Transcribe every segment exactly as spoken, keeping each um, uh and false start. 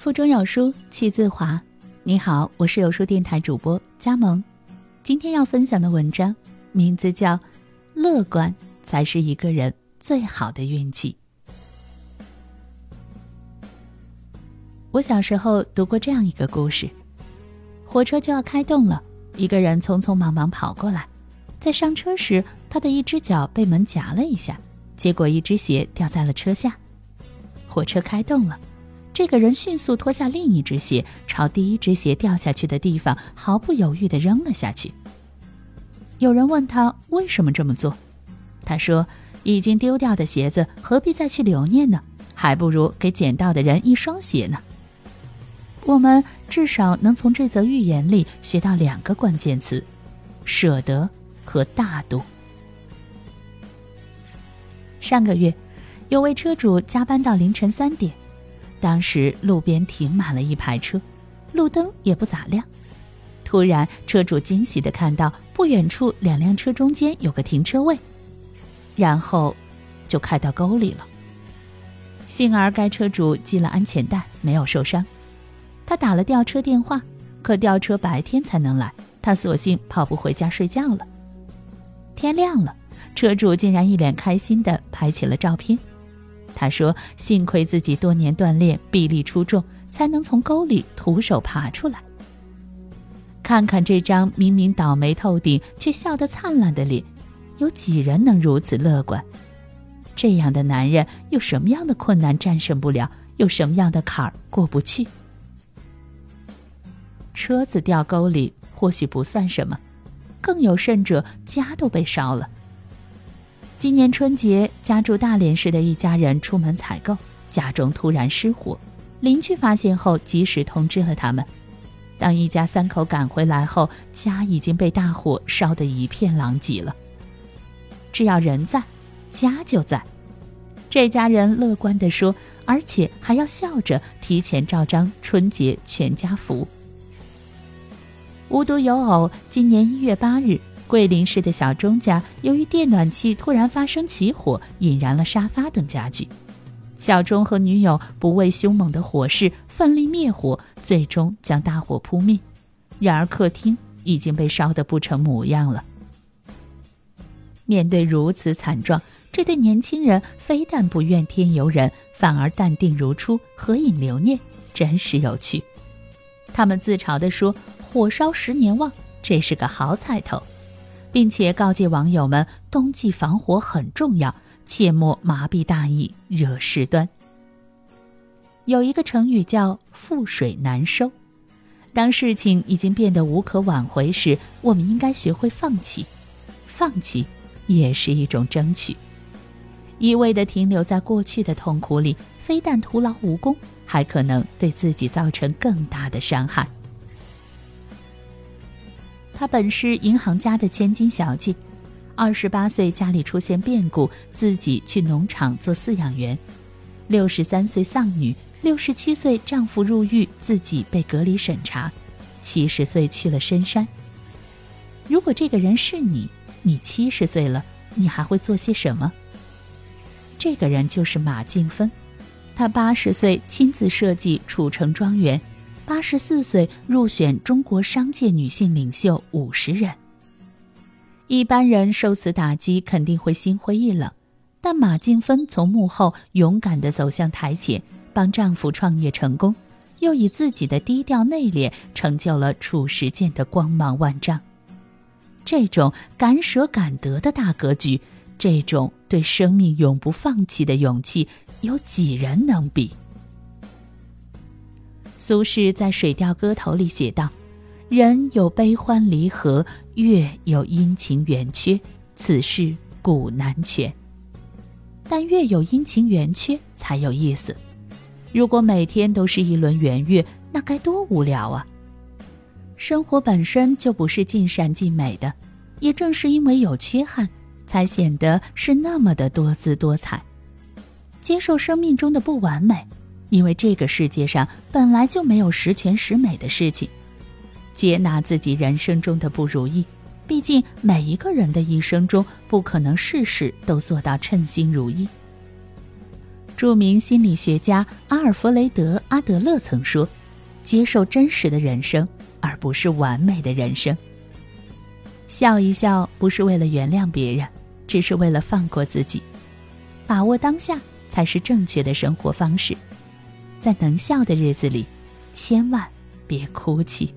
腹中有书气自华。你好，我是有书电台主播佳萌。今天要分享的文章名字叫《乐观才是一个人最好的运气》。我小时候读过这样一个故事，火车就要开动了，一个人匆匆忙忙跑过来，在上车时他的一只脚被门夹了一下，结果一只鞋掉在了车下。火车开动了，这个人迅速脱下另一只鞋，朝第一只鞋掉下去的地方毫不犹豫地扔了下去。有人问他为什么这么做，他说已经丢掉的鞋子何必再去留念呢，还不如给捡到的人一双鞋呢。我们至少能从这则寓言里学到两个关键词：舍得和大度。上个月有位车主加班到凌晨三点，当时路边停满了一排车，路灯也不咋亮。突然车主惊喜地看到不远处两辆车中间有个停车位，然后就开到沟里了。幸而该车主系了安全带，没有受伤。他打了调车电话，可调车白天才能来，他索性跑步回家睡觉了。天亮了，车主竟然一脸开心地拍起了照片。他说幸亏自己多年锻炼，臂力出众，才能从沟里徒手爬出来。看看这张明明倒霉透顶却笑得灿烂的脸，有几人能如此乐观？这样的男人有什么样的困难战胜不了，有什么样的坎儿过不去？车子掉沟里或许不算什么，更有甚者，家都被烧了。今年春节，家住大连市的一家人出门采购，家中突然失火，邻居发现后及时通知了他们。当一家三口赶回来后，家已经被大火烧得一片狼藉了。只要人在，家就在。这家人乐观地说，而且还要笑着提前照张春节全家福。无独有偶，今年一月八日，桂林市的小钟家由于电暖气突然发生起火，引燃了沙发等家具。小钟和女友不畏凶猛的火势，奋力灭火，最终将大火扑灭。然而客厅已经被烧得不成模样了。面对如此惨状，这对年轻人非但不怨天尤人，反而淡定如初，合影留念，真是有趣。他们自嘲地说，火烧十年旺，这是个好彩头，并且告诫网友们，冬季防火很重要，切莫麻痹大意，惹事端。有一个成语叫覆水难收，当事情已经变得无可挽回时，我们应该学会放弃，放弃也是一种争取。一味地停留在过去的痛苦里，非但徒劳无功，还可能对自己造成更大的伤害。她本是银行家的千金小姐，二十八岁家里出现变故，自己去农场做饲养员。六十三岁丧女，六十七岁丈夫入狱，自己被隔离审查，七十岁去了深山。如果这个人是你，你七十岁了，你还会做些什么？这个人就是马静芬，她八十岁亲自设计楚城庄园，八十四岁入选中国商界女性领袖五十人。一般人受此打击肯定会心灰意冷，但马静芬从幕后勇敢地走向台前，帮丈夫创业成功，又以自己的低调内敛成就了褚时健的光芒万丈。这种敢舍敢得的大格局，这种对生命永不放弃的勇气，有几人能比？苏轼在《水调歌头》里写道，人有悲欢离合，月有阴晴圆缺，此事古难全。但月有阴晴圆缺才有意思，如果每天都是一轮圆月，那该多无聊啊！生活本身就不是尽善尽美的，也正是因为有缺憾，才显得是那么的多姿多彩。接受生命中的不完美，因为这个世界上本来就没有十全十美的事情。接纳自己人生中的不如意，毕竟每一个人的一生中不可能事事都做到称心如意。 著名心理学家阿尔弗雷德·阿德勒曾说，接受真实的人生，而不是完美的人生。笑一笑不是为了原谅别人，只是为了放过自己。把握当下才是正确的生活方式。在能笑的日子里，千万别哭泣。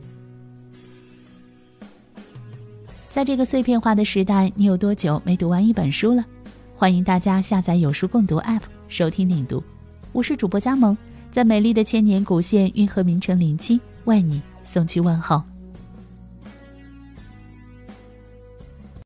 在这个碎片化的时代，你有多久没读完一本书了？欢迎大家下载有书共读 App 收听领读。我是主播佳萌，在美丽的千年古县运河名城临清为你送去问候。